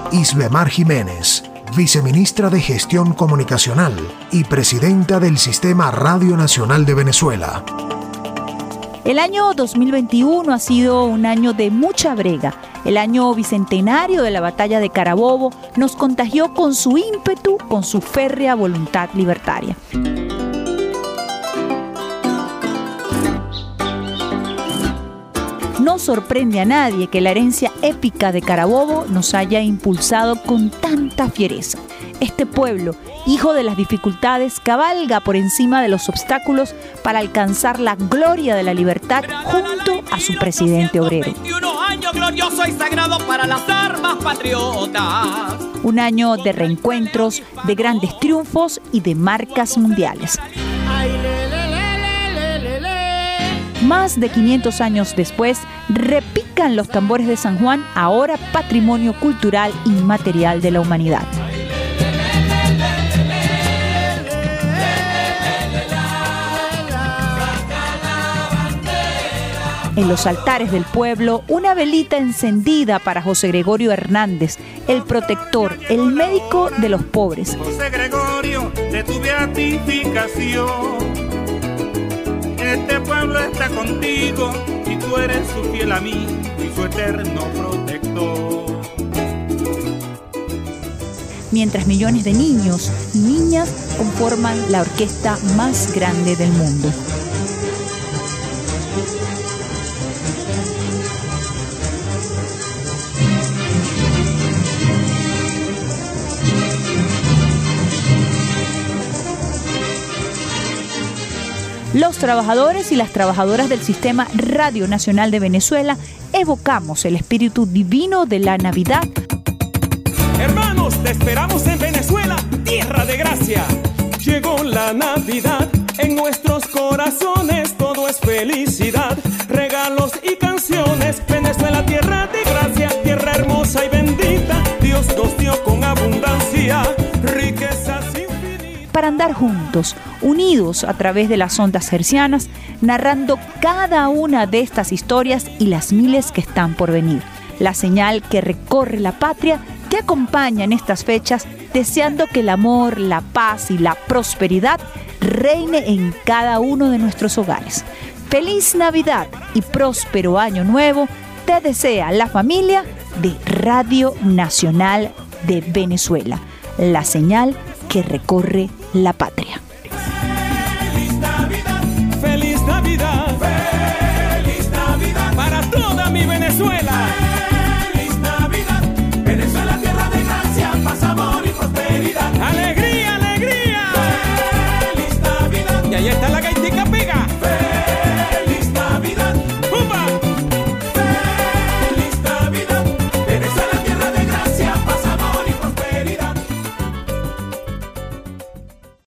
Isbemar Jiménez, viceministra de Gestión Comunicacional y presidenta del Sistema Radio Nacional de Venezuela. El año 2021 ha sido un año de mucha brega. El año bicentenario de la batalla de Carabobo nos contagió con su ímpetu, con su férrea voluntad libertaria. No sorprende a nadie que la herencia épica de Carabobo nos haya impulsado con tanta fiereza. Este pueblo, hijo de las dificultades, cabalga por encima de los obstáculos para alcanzar la gloria de la libertad junto a su presidente obrero. 21 años glorioso y sagrado para las armas patriotas. Un año de reencuentros, de grandes triunfos y de marcas mundiales. Más de 500 años después, repican los tambores de San Juan, ahora patrimonio cultural inmaterial de la humanidad. En los altares del pueblo, una velita encendida para José Gregorio Hernández, el protector, el médico de los pobres. José Gregorio, de tu beatificación, este pueblo está contigo y tú eres su fiel amigo y su eterno protector. Mientras millones de niños y niñas conforman la orquesta más grande del mundo. Los trabajadores y las trabajadoras del Sistema Radio Nacional de Venezuela evocamos el espíritu divino de la Navidad. Hermanos, te esperamos en Venezuela, tierra de gracia. Llegó la Navidad, en nuestros corazones todo es felicidad. Regalos y canciones, Venezuela, tierra de gracia, tierra hermosa y bendita. Dios nos dio con abundancia, riquezas infinitas. Para andar juntos, unidos a través de las ondas hercianas, narrando cada una de estas historias y las miles que están por venir. La señal que recorre la patria te acompaña en estas fechas, deseando que el amor, la paz y la prosperidad reine en cada uno de nuestros hogares. Feliz Navidad y próspero Año Nuevo te desea la familia de Radio Nacional de Venezuela, la señal que recorre la patria. Feliz Navidad, feliz Navidad, feliz Navidad para toda mi Venezuela.